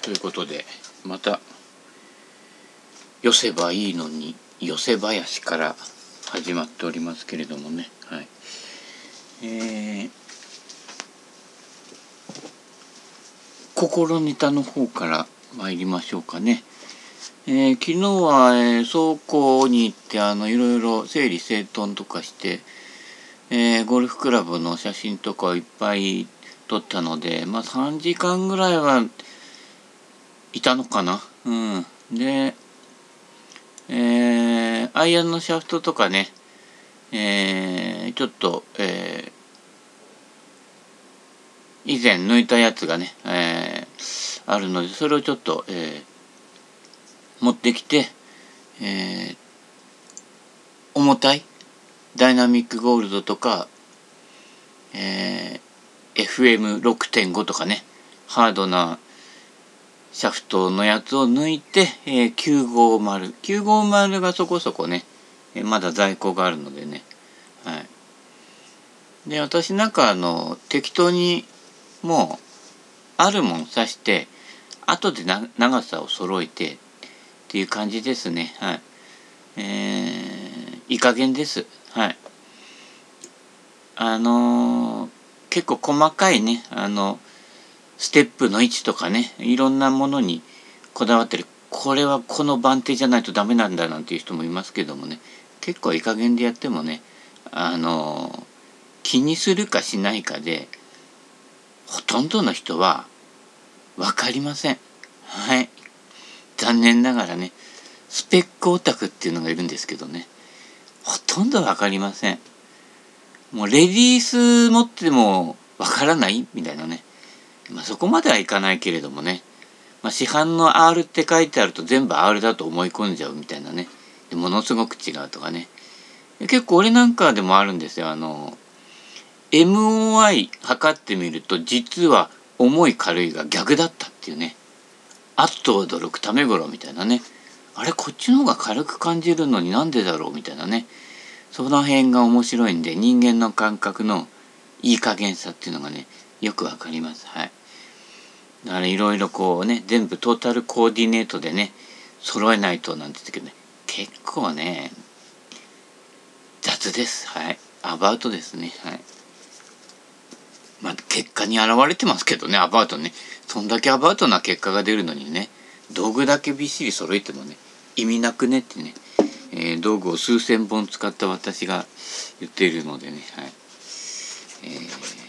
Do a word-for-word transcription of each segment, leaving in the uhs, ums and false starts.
ということで、また寄せばいいのに寄せ林から始まっておりますけれどもね、はい、えー、心ネタの方から参りましょうかね。えー、昨日は、えー、倉庫に行ってあのいろいろ整理整頓とかして、えー、ゴルフクラブの写真とかをいっぱい撮ったので、まあさんじかんぐらいはいたのかな。うん。で、えー、アイアンのシャフトとかね、えー、ちょっと、えー、以前抜いたやつがね、えー、あるので、それをちょっと、えー、持ってきて、えー、重たいダイナミックゴールドとか、えー、エフエムろくてんご とかね、ハードなシャフトのやつを抜いて、えー、きゅうごーまる。きゅうごーまるがそこそこね、えー、まだ在庫があるのでね。はい。で、私なんかあの、適当にもう、あるもん刺して、後でな長さを揃えてっていう感じですね。はい。えー、いい加減です。はい。あのー、結構細かいね、あの、ステップの位置とかね、いろんなものにこだわってる。これはこの番手じゃないとダメなんだなんていう人もいますけどもね、結構いい加減でやってもね、あのー、気にするかしないかで、ほとんどの人はわかりません。はい。残念ながらね、スペックオタクっていうのがいるんですけどね、ほとんどわかりません。もうレディース持ってもわからないみたいなね。まあそこまではいかないけれどもね。まあ市販の アール って書いてあると全部 アール だと思い込んじゃうみたいなね。でものすごく違うとかね。結構俺なんかでもあるんですよ。あの、エムオーアイ 測ってみると実は重い軽いが逆だったっていうね。あっと驚くためごろみたいなね。あれこっちの方が軽く感じるのになんでだろうみたいなね。その辺が面白いんで、人間の感覚のいい加減さっていうのがね、よくわかります。はい。だからいろいろこうね、全部トータルコーディネートでね、揃えないとなんて言ってけどね、結構ね、雑です。はい。アバウトですね。はい。まあ、結果に現れてますけどね、アバウトね。そんだけアバウトな結果が出るのにね、道具だけびっしり揃えてもね、意味なくねってね、えー、道具を数千本使った私が言っているのでね、はい。えー、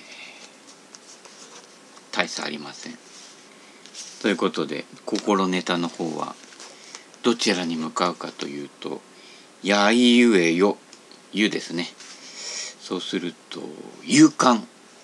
大差ありません。ということで、心ネタの方はどちらに向かうかというと、やいゆえよ、ゆですね。そうすると、勇敢。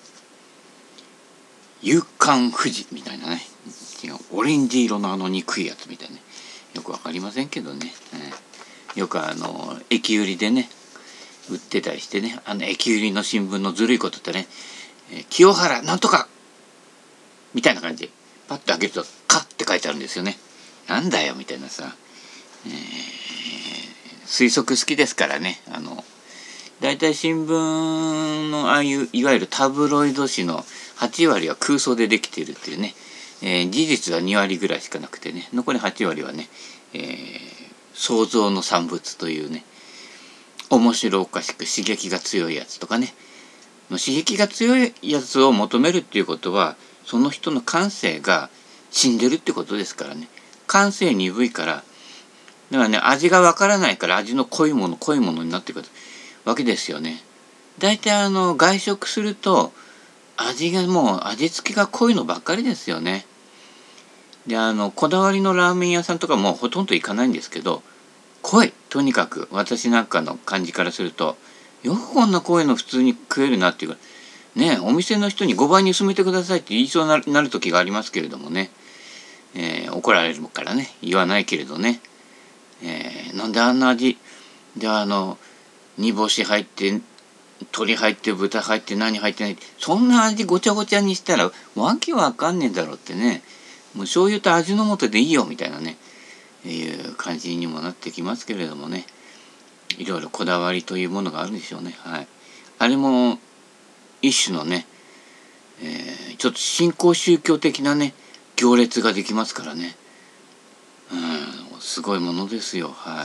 勇敢富士みたいなね。違う、オレンジ色のあの憎いやつみたいなね。よくわかりませんけどね。えー、よくあの、駅売りでね、売ってたりしてね、あの駅売りの新聞のずるいことってね、えー、清原なんとかみたいな感じで、パッと開けると、カッって書いてあるんですよね。なんだよみたいなさ。えー、推測好きですからね。あの、大体新聞のああいういわゆるタブロイド紙のはちわりは空想でできているっていうね、えー、事実はにわりぐらいしかなくてね、残りはちわりはね、えー、想像の産物というね、面白おかしく刺激が強いやつとかね、刺激が強いやつを求めるっていうことは、その人の感性が死んでるってことですからね。感性鈍いから、だからね、味がわからないから味の濃いもの濃いものになってくるわけですよね。大体あの外食すると味がもう味付けが濃いのばっかりですよね。であのこだわりのラーメン屋さんとかもほとんど行かないんですけど、濃い、とにかく私なんかの感じからすると、よくこんな濃いの普通に食えるなっていうかね、お店の人にごばいに薄めてくださいって言いそうになる時がありますけれどもね、えー、怒られるからね言わないけれどね、えー、なんであんな味で、あの煮干し入って鶏入って豚入って何入ってない、そんな味ごちゃごちゃにしたらわけわかんねえだろってね、もう醤油と味の素でいいよみたいなね、いう感じにもなってきますけれどもね、いろいろこだわりというものがあるんでしょうね。はい。あれも一種のね、えー、ちょっと新興宗教的なね、 行列ができますからね。うん、すごいものですよ。はい。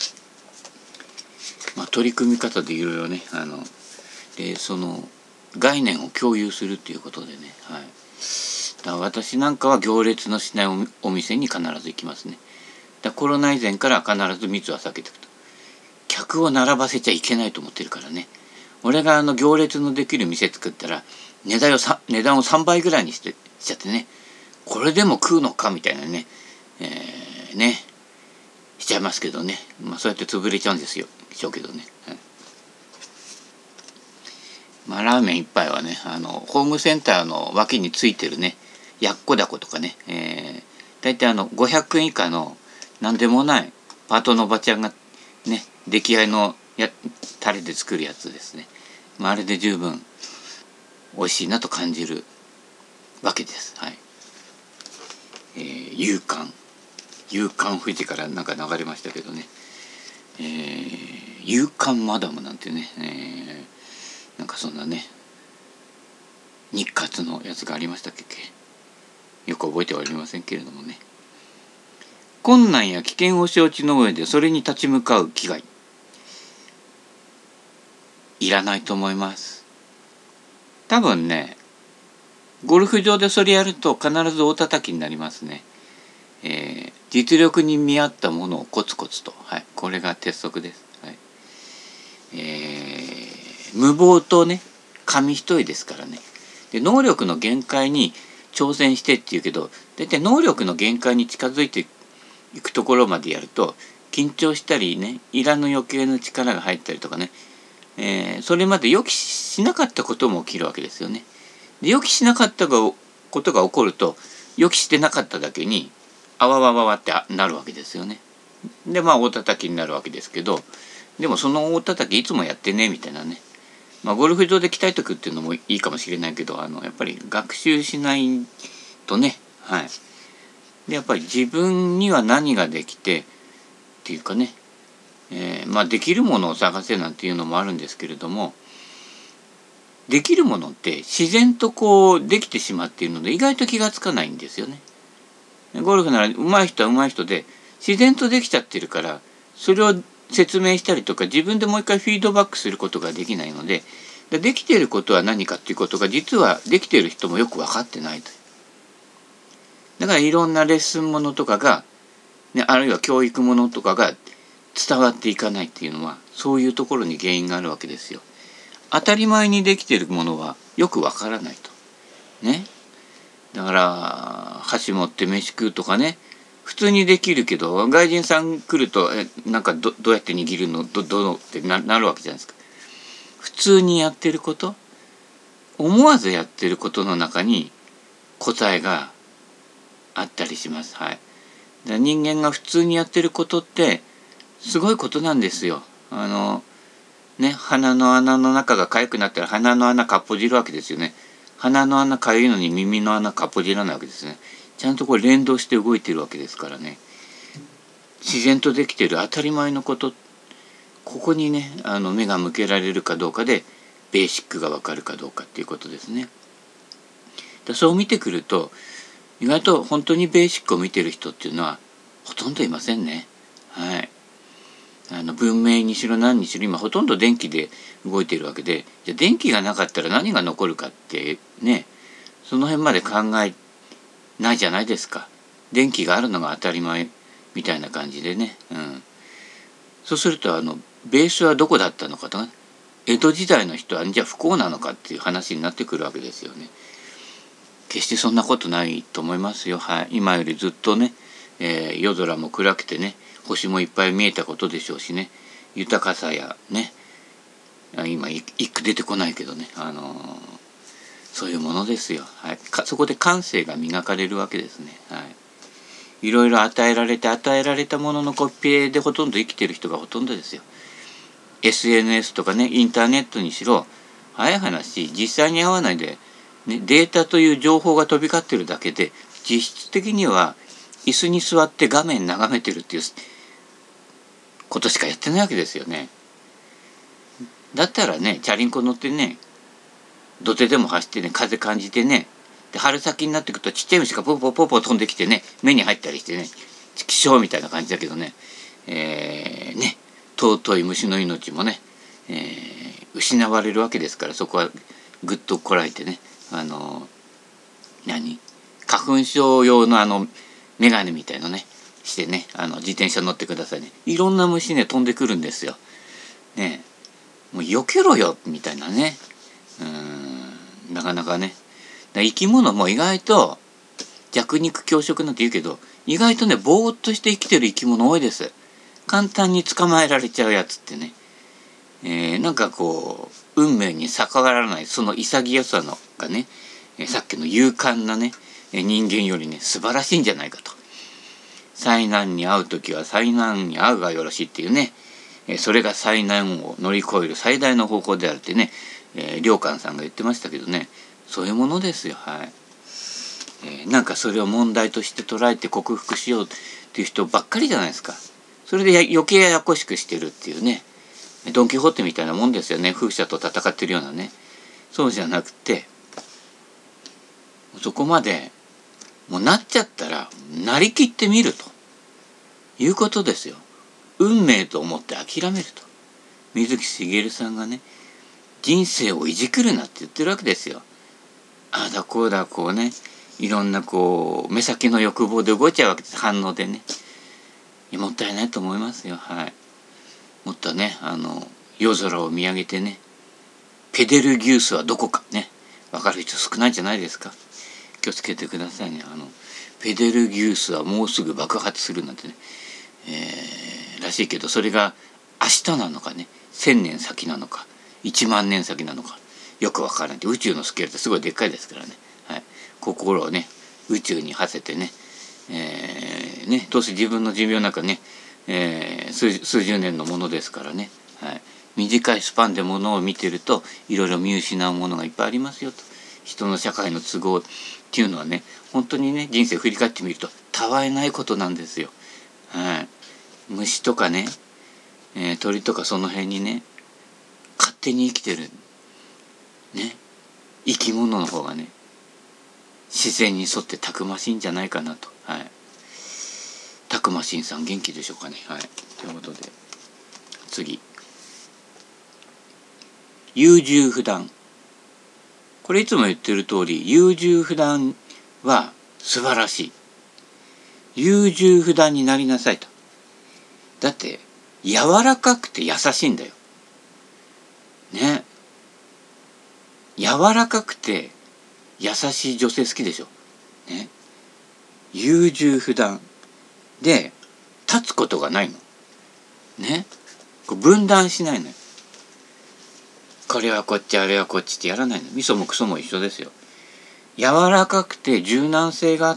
まあ、取り組み方でいろいろね、あのでその概念を共有するっていうことでね、はい。だから私なんかは行列のしないお店に必ず行きますね。だコロナ以前から必ず密は避けていくと。客を並ばせちゃいけないと思ってるからね。俺があの行列のできる店作ったら値段をさ値段をさんばいぐらいにしてしちゃってね、これでも食うのかみたいなね、えー、ねしちゃいますけどね。まあそうやって潰れちゃうんですよ。でしょうけどね。はい、まあラーメン一杯はね、あのホームセンターの脇についてるね、やっこだことかね、えー、大体あのごひゃくえん以下のなんでもないパートのおばちゃんがね、出来合いのやタレで作るやつですね。まあ、あれで十分美味しいなと感じるわけです。はい。えー、夕刊夕刊富士からなんか流れましたけどね。えー、夕刊マダムなんてね、えー、なんかそんなね日活のやつがありましたっけ。よく覚えてはおりませんけれどもね。困難や危険を承知の上でそれに立ち向かう気概、いらないと思います。多分ね、ゴルフ場でそれやると必ず大叩きになりますね。えー、実力に見合ったものをコツコツと、はい、これが鉄則です。はい、えー、無謀とね紙一重ですからね。で能力の限界に挑戦してっていうけど、大体能力の限界に近づいていくところまでやると緊張したりね、いらぬ余計な力が入ったりとかね、えー、それまで予期しなかったことも起きるわけですよね。で予期しなかったことが起こると予期してなかっただけにあわわわわってなるわけですよね。でまあ大叩きになるわけですけど、でもその大叩きいつもやってねみたいなね、まあ、ゴルフ場で鍛えとくっていうのもいいかもしれないけど、あのやっぱり学習しないとね、はい。でやっぱり自分には何ができてっていうかね、えー、まあできるものを探せなんていうのもあるんですけれども、できるものって自然とこうできてしまっているので意外と気がつかないんですよね。ゴルフなら上手い人は上手い人で自然とできちゃってるから、それを説明したりとか自分でもう一回フィードバックすることができないので、できていることは何かっていうことが実はできている人もよく分かってないと。だからいろんなレッスンものとかが、ね、あるいは教育ものとかが伝わっていかないっていうのはそういうところに原因があるわけですよ。当たり前にできているものはよくわからないとね。だから箸持って飯食うとかね、普通にできるけど外人さん来るとえなんか ど, どうやって握るの ど, どのって な, なるわけじゃないですか。普通にやってること、思わずやってることの中に答えがあったりします。はい。だ人間が普通にやってることってすごいことなんですよ。あのね、鼻の穴の中が痒くなったら鼻の穴かっぽじるわけですよね。鼻の穴かゆいのに耳の穴かっぽじらないわけですね。ちゃんとこれ連動して動いてるわけですからね。自然とできてる当たり前のこと、ここにねあの目が向けられるかどうかでベーシックがわかるかどうかっていうことですね。だそう見てくると意外と本当にベーシックを見てる人っていうのはほとんどいませんね。はい。あの文明にしろ何にしろ今ほとんど電気で動いているわけで、じゃあ電気がなかったら何が残るかってね、その辺まで考えないじゃないですか。電気があるのが当たり前みたいな感じでね、うん、そうするとあのベースはどこだったのかとか、江戸時代の人はじゃあ不幸なのかっていう話になってくるわけですよね。決してそんなことないと思いますよ。はい、今よりずっとね、えー、夜空も暗くてね、星もいっぱい見えたことでしょうしね、豊かさやね、今一句出てこないけどね、あのー、そういうものですよ。はい、そこで感性が磨かれるわけですね。はい、いろいろ与えられて与えられたもののコピペでほとんど生きてる人がほとんどですよ。エスエヌエス とかね、インターネットにしろ、早い話実際に会わないで、ね、データという情報が飛び交ってるだけで実質的には椅子に座って画面眺めてるっていうことしかやってないわけですよね。だったらね、チャリンコ乗ってね、土手でも走ってね、風感じてね、 で春先になってくるとちっちゃい虫がポポポポ飛んできてね、目に入ったりしてね、気象みたいな感じだけどね、えー、ね尊い虫の命もね、えー、失われるわけですから、そこはぐっとこらえてね、あの何花粉症用のあの眼鏡みたいのねしてね、あの自転車乗ってくださいね。いろんな虫ね飛んでくるんですよ。ねもう避けろよみたいなね。うーんなかなかね。だ生き物も意外と弱肉強食なんて言うけど、意外とねぼーっとして生きてる生き物多いです。簡単に捕まえられちゃうやつってね、えー、なんかこう運命に逆らわないその潔さのがね、えー、さっきの勇敢なね人間よりね素晴らしいんじゃないかと。災難に遭う時は災難に遭うがよろしいっていうね、えー、それが災難を乗り越える最大の方法であるってね、えー、良寛さんが言ってましたけどね、そういうものですよ。はい、えー、なんかそれを問題として捉えて克服しようっていう人ばっかりじゃないですか。それでや余計ややこしくしてるっていうね、ドン・キホーテみたいなもんですよね。風車と戦ってるようなね。そうじゃなくて、そこまでもうなっちゃったらなりきってみるということですよ。運命と思って諦めると。水木しげるさんがね、人生をいじくるなって言ってるわけですよ。ああだこうだこうね、いろんなこう目先の欲望で動いちゃうわけです。反応でね。もったいないと思いますよ。はい。もっとね、あの夜空を見上げてね、ペデルギウスはどこかね、分かる人少ないんじゃないですか。気をつけてくださいね。あのペデルギウスはもうすぐ爆発するなんてね、えー、らしいけど、それが明日なのかね、千年先なのか一万年先なのかよく分からない。宇宙のスケールってすごいでっかいですからね。はい、心をね宇宙に馳せてね、えー、ねどうせ自分の寿命なんかね、えー、数, 数十年のものですからね、はい、短いスパンでものを見てるといろいろ見失うものがいっぱいありますよと。人の社会の都合っていうのはね、本当にね人生振り返ってみるとたわいないことなんですよ。はい、虫とかね、えー、鳥とかその辺にね勝手に生きてるね生き物の方がね自然に沿ってたくましいんじゃないかなと。はい、たくましんさん元気でしょうかね。はい、ということで次、優柔不断。これいつも言ってる通り、優柔不断は素晴らしい。優柔不断になりなさいと。だって柔らかくて優しいんだよね。柔らかくて優しい女性好きでしょね。優柔不断で立つことがないのね。こう分断しないのよ。これはこっちあれはこっちってやらないの。味噌もクソも一緒ですよ。柔らかくて柔軟性があって、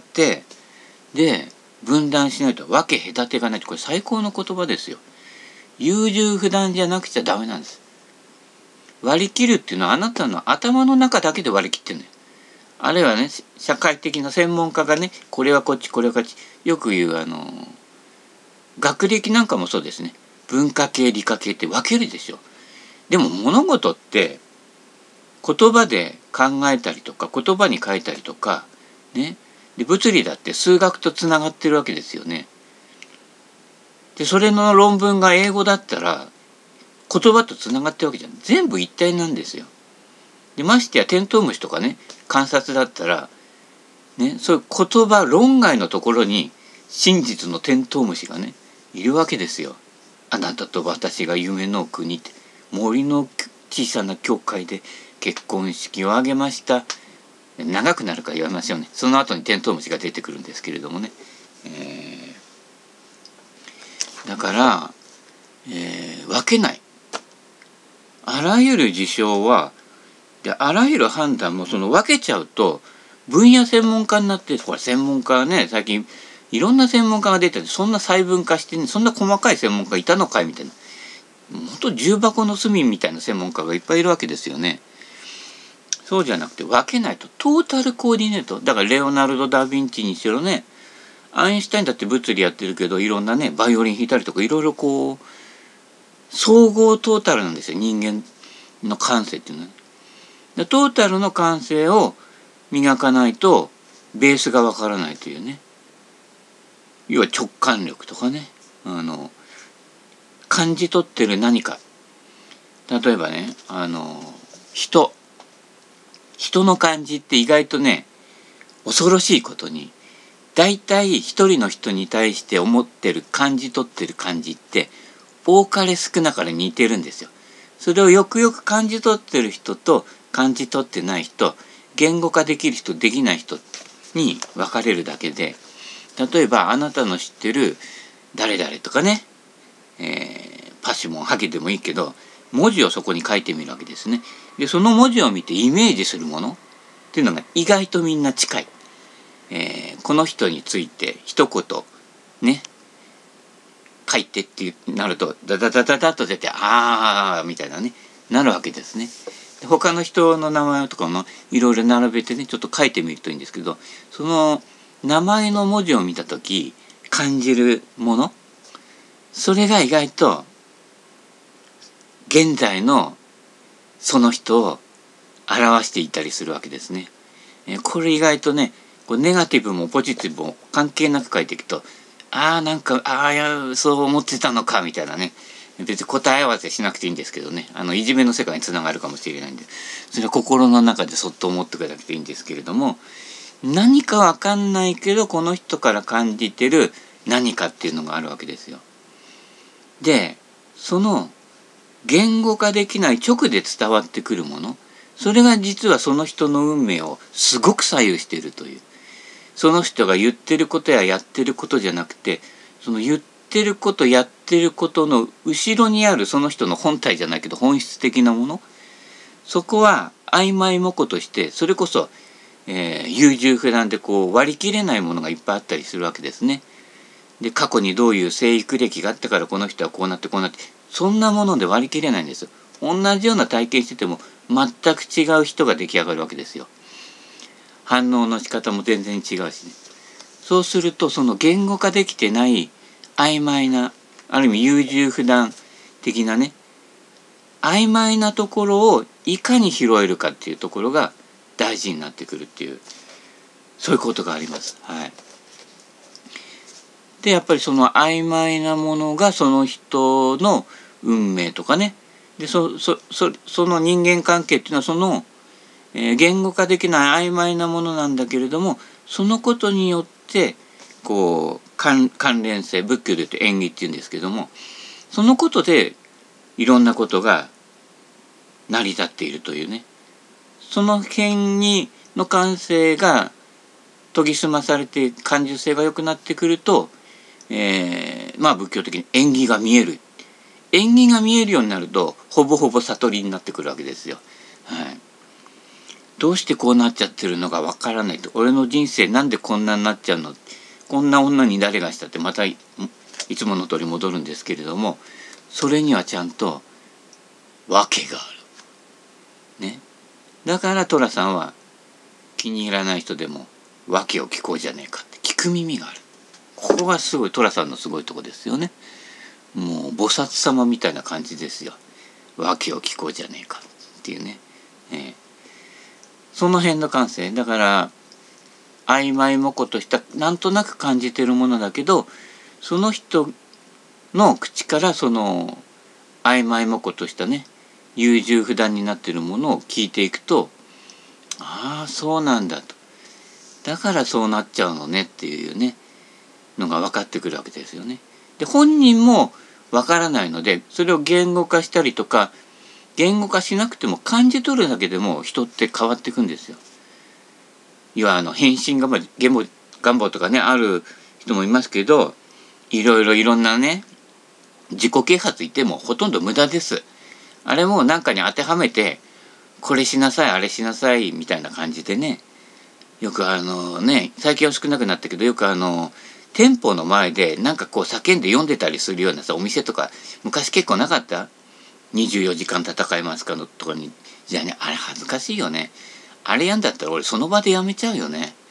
で分断しないと分け隔てがないって、これ最高の言葉ですよ。優柔不断じゃなくちゃダメなんです。割り切るっていうのはあなたの頭の中だけで割り切ってるのよ。あるいはね社会的な専門家がね、これはこっちこれはこっち、よく言うあの学歴なんかもそうですね。文化系理科系って分けるでしょ。でも物事って言葉で考えたりとか言葉に書いたりとかね、で物理だって数学とつながってるわけですよね。でそれの論文が英語だったら言葉とつながってるわけじゃん。全部一体なんですよ。でましてやテントウムシとかね観察だったらね、そういう言葉論外のところに真実のテントウムシがねいるわけですよ。あなたと私が夢の国って森の小さな教会で結婚式を挙げました。長くなるから言われますよね。その後にテントウムシが出てくるんですけれどもね、えー、だから、えー、分けない。あらゆる事象はであらゆる判断もその分けちゃうと分野専門家になって、これ専門家はね最近いろんな専門家が出てて、そんな細分化して、ね、そんな細かい専門家いたのかいみたいな、本当重箱の隅みたいな専門家がいっぱいいるわけですよね。そうじゃなくて分けないと。トータルコーディネートだから、レオナルド・ダ・ヴィンチにしろね、アインシュタインだって物理やってるけどいろんなねバイオリン弾いたりとかいろいろこう総合トータルなんですよ、人間の感性っていうのは。トータルの感性を磨かないとベースがわからないというね。要は直感力とかね、あの感じ取ってる何か、例えばね、あの人人の感じって意外とね、恐ろしいことに、だいたい一人の人に対して思ってる感じ取ってる感じって多かれ少なかれ似てるんですよ。それをよくよく感じ取ってる人と感じ取ってない人、言語化できる人できない人に分かれるだけで、例えばあなたの知ってる誰々とかね、えー、パシモンハゲでもいいけど、文字をそこに書いてみるわけですね。でその文字を見てイメージするものっていうのが意外とみんな近い。えー、この人について一言ね書いてってなるとダダダダダッと出て、あーみたいなねなるわけですね。で他の人の名前とかもいろいろ並べてねちょっと書いてみるといいんですけど、その名前の文字を見た時感じるもの、それが意外と現在のその人を表していたりするわけですね。えー、これ意外とね、こうネガティブもポジティブも関係なく書いていくと、ああなんかああいやそう思ってたのかみたいなね、別に答え合わせしなくていいんですけどね、あのいじめの世界につながるかもしれないんで、それは心の中でそっと思っておかなくていいんですけれども、何かわかんないけどこの人から感じてる何かっていうのがあるわけですよ。でその言語化できない直で伝わってくるもの、それが実はその人の運命をすごく左右しているという。その人が言ってることややってることじゃなくて、その言ってることやってることの後ろにあるその人の本体じゃないけど本質的なもの、そこは曖昧模糊として、それこそ、えー、優柔不断でこう割り切れないものがいっぱいあったりするわけですね。で過去にどういう生育歴があってからこの人はこうなってこうなって、そんなもので割り切れないんです。同じような体験してても全く違う人が出来上がるわけですよ。反応の仕方も全然違うしね。そうするとその言語化できてない曖昧な、ある意味優柔不断的なね、曖昧なところをいかに拾えるかっていうところが大事になってくるっていう、そういうことがあります。はい。でやっぱりその曖昧なものがその人の運命とかね、で そ, そ, そ, その人間関係っていうのはその、えー、言語化できない曖昧なものなんだけれども、そのことによってこう 関, 関連性、仏教で言うと縁起っていうんですけども、そのことでいろんなことが成り立っているというね、その辺にの感性が研ぎ澄まされて感受性が良くなってくると、えー、まあ仏教的に縁起が見える、縁起が見えるようになるとほぼほぼ悟りになってくるわけですよ。はい、どうしてこうなっちゃってるのかわからないと、俺の人生なんでこんなになっちゃうの、こんな女に誰がしたってまた い, いつもの通り戻るんですけれども、それにはちゃんと訳がある、ね、だから寅さんは気に入らない人でも訳を聞こうじゃねえかって聞く耳がある。ここがすごい寅さんのすごいとこですよね。もう菩薩様みたいな感じですよ。訳を聞こうじゃねえかっていうね、えー、その辺の感性だから、曖昧模糊としたなんとなく感じてるものだけど、その人の口からその曖昧模糊としたね優柔不断になっているものを聞いていくと、ああそうなんだと、だからそうなっちゃうのねっていうねのが分かってくるわけですよね。で本人も分からないので、それを言語化したりとか、言語化しなくても感じ取るだけでも人って変わっていくんですよ。要はあの変身願望願望とかねある人もいますけど、いろいろいろんなね自己啓発言ってもほとんど無駄です。あれも何かに当てはめてこれしなさいあれしなさいみたいな感じでね、よくあのね最近は少なくなったけど、よくあの店舗の前でなんかこう叫んで読んでたりするようなさお店とか昔結構なかった？にじゅうよじかん戦いますかのとこにじゃあね、あれ恥ずかしいよね。あれやんだったら俺その場でやめちゃうよね。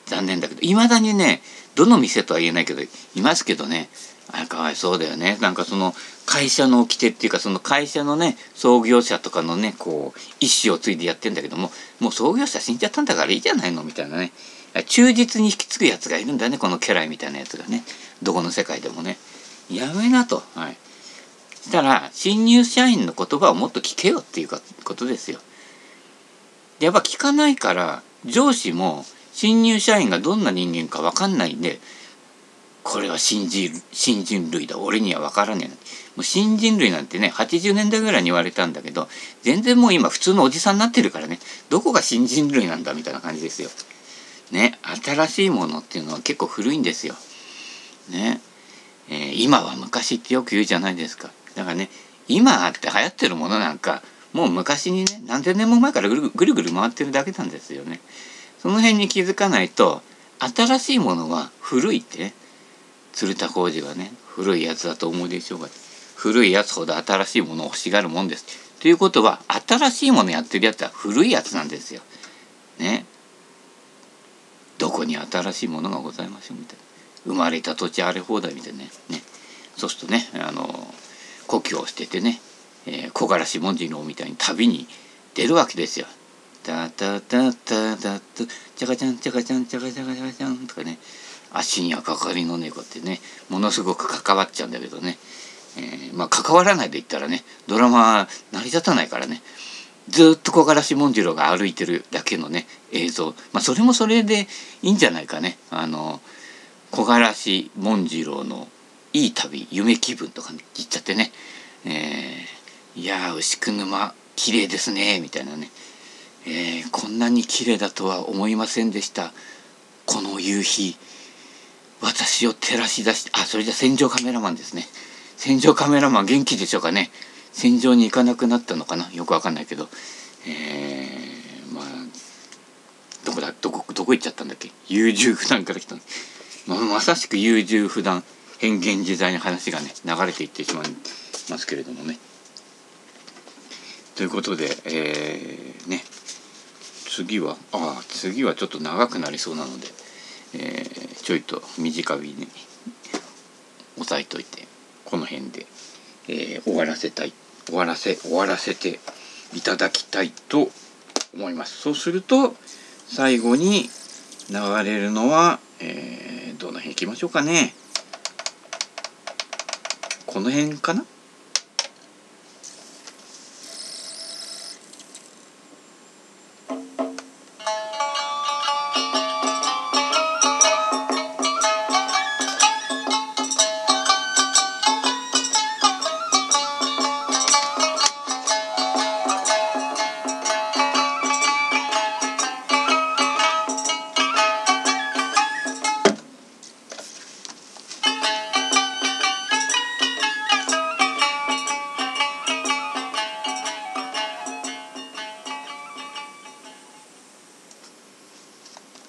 残念だけど、いまだにね、どの店とは言えないけどいますけどね、あれかわいそうだよね。なんかその会社の掟っていうか、その会社のね創業者とかのねこう意思を継いでやってんだけども、もう創業者死んじゃったんだからいいじゃないのみたいなね、忠実に引き継ぐやつがいるんだよね、この家来みたいなやつがね、どこの世界でもね。やめなと。はい。したら新入社員の言葉をもっと聞けよっていうことですよ。でやっぱ聞かないから上司も新入社員がどんな人間か分かんないんで、これは新人新人類だ、俺には分からねえな。もう新人類なんてねはちじゅうねんだいぐらいに言われたんだけど、全然もう今普通のおじさんになってるからね、どこが新人類なんだみたいな感じですよ。ね、新しいものっていうのは結構古いんですよ。ね、えー、今は昔ってよく言うじゃないですか。だからね、今って流行ってるものなんかもう昔にね何千年も前からぐるぐるぐる回ってるだけなんですよね。その辺に気づかないと、新しいものは古いってね、鶴田浩二がね古いやつだと思うでしょうが、古いやつほど新しいものを欲しがるもんです。ということは新しいものやってるやつは古いやつなんですよ。ね。どこに新しいものがございましょうみたいな。生まれた土地荒れ放題みたいなね。ね、そうするとね、あの故郷を捨ててね、えー、木枯らし紋次郎みたいに旅に出るわけですよ。タタタタタタチャカチャンチャカチャンチャカチャカチャカチャンとかね、足にはかかりの猫ってね、ものすごく関わっちゃうんだけどね、えー、まあ関わらないで言ったらねドラマは成り立たないからね、ずっと木枯らし紋次郎が歩いてるだけのね映像、まあそれもそれでいいんじゃないかね。あの木枯らし紋次郎のいい旅夢気分とか言っちゃってね、えー、いやー牛久沼綺麗ですねみたいなね、えー、こんなに綺麗だとは思いませんでした、この夕日私を照らし出して、あ、それじゃ戦場カメラマンですね。戦場カメラマン元気でしょうかね。戦場に行かなくなったのかな、よくわかんないけど、えー、まあどこだどこどこ行っちゃったんだっけ。優柔不断から来たの、まあ、まさしく優柔不断変幻自在の話がね流れていってしまいますけれどもね。ということで、えー、ね次はあ次はちょっと長くなりそうなので、えー、ちょいと短めに押さえといてこの辺で、えー、終わらせたい終わらせ終わらせていただきたいと思います。そうすると最後に流れるのは、えー、どの辺行きましょうかね。この辺かな。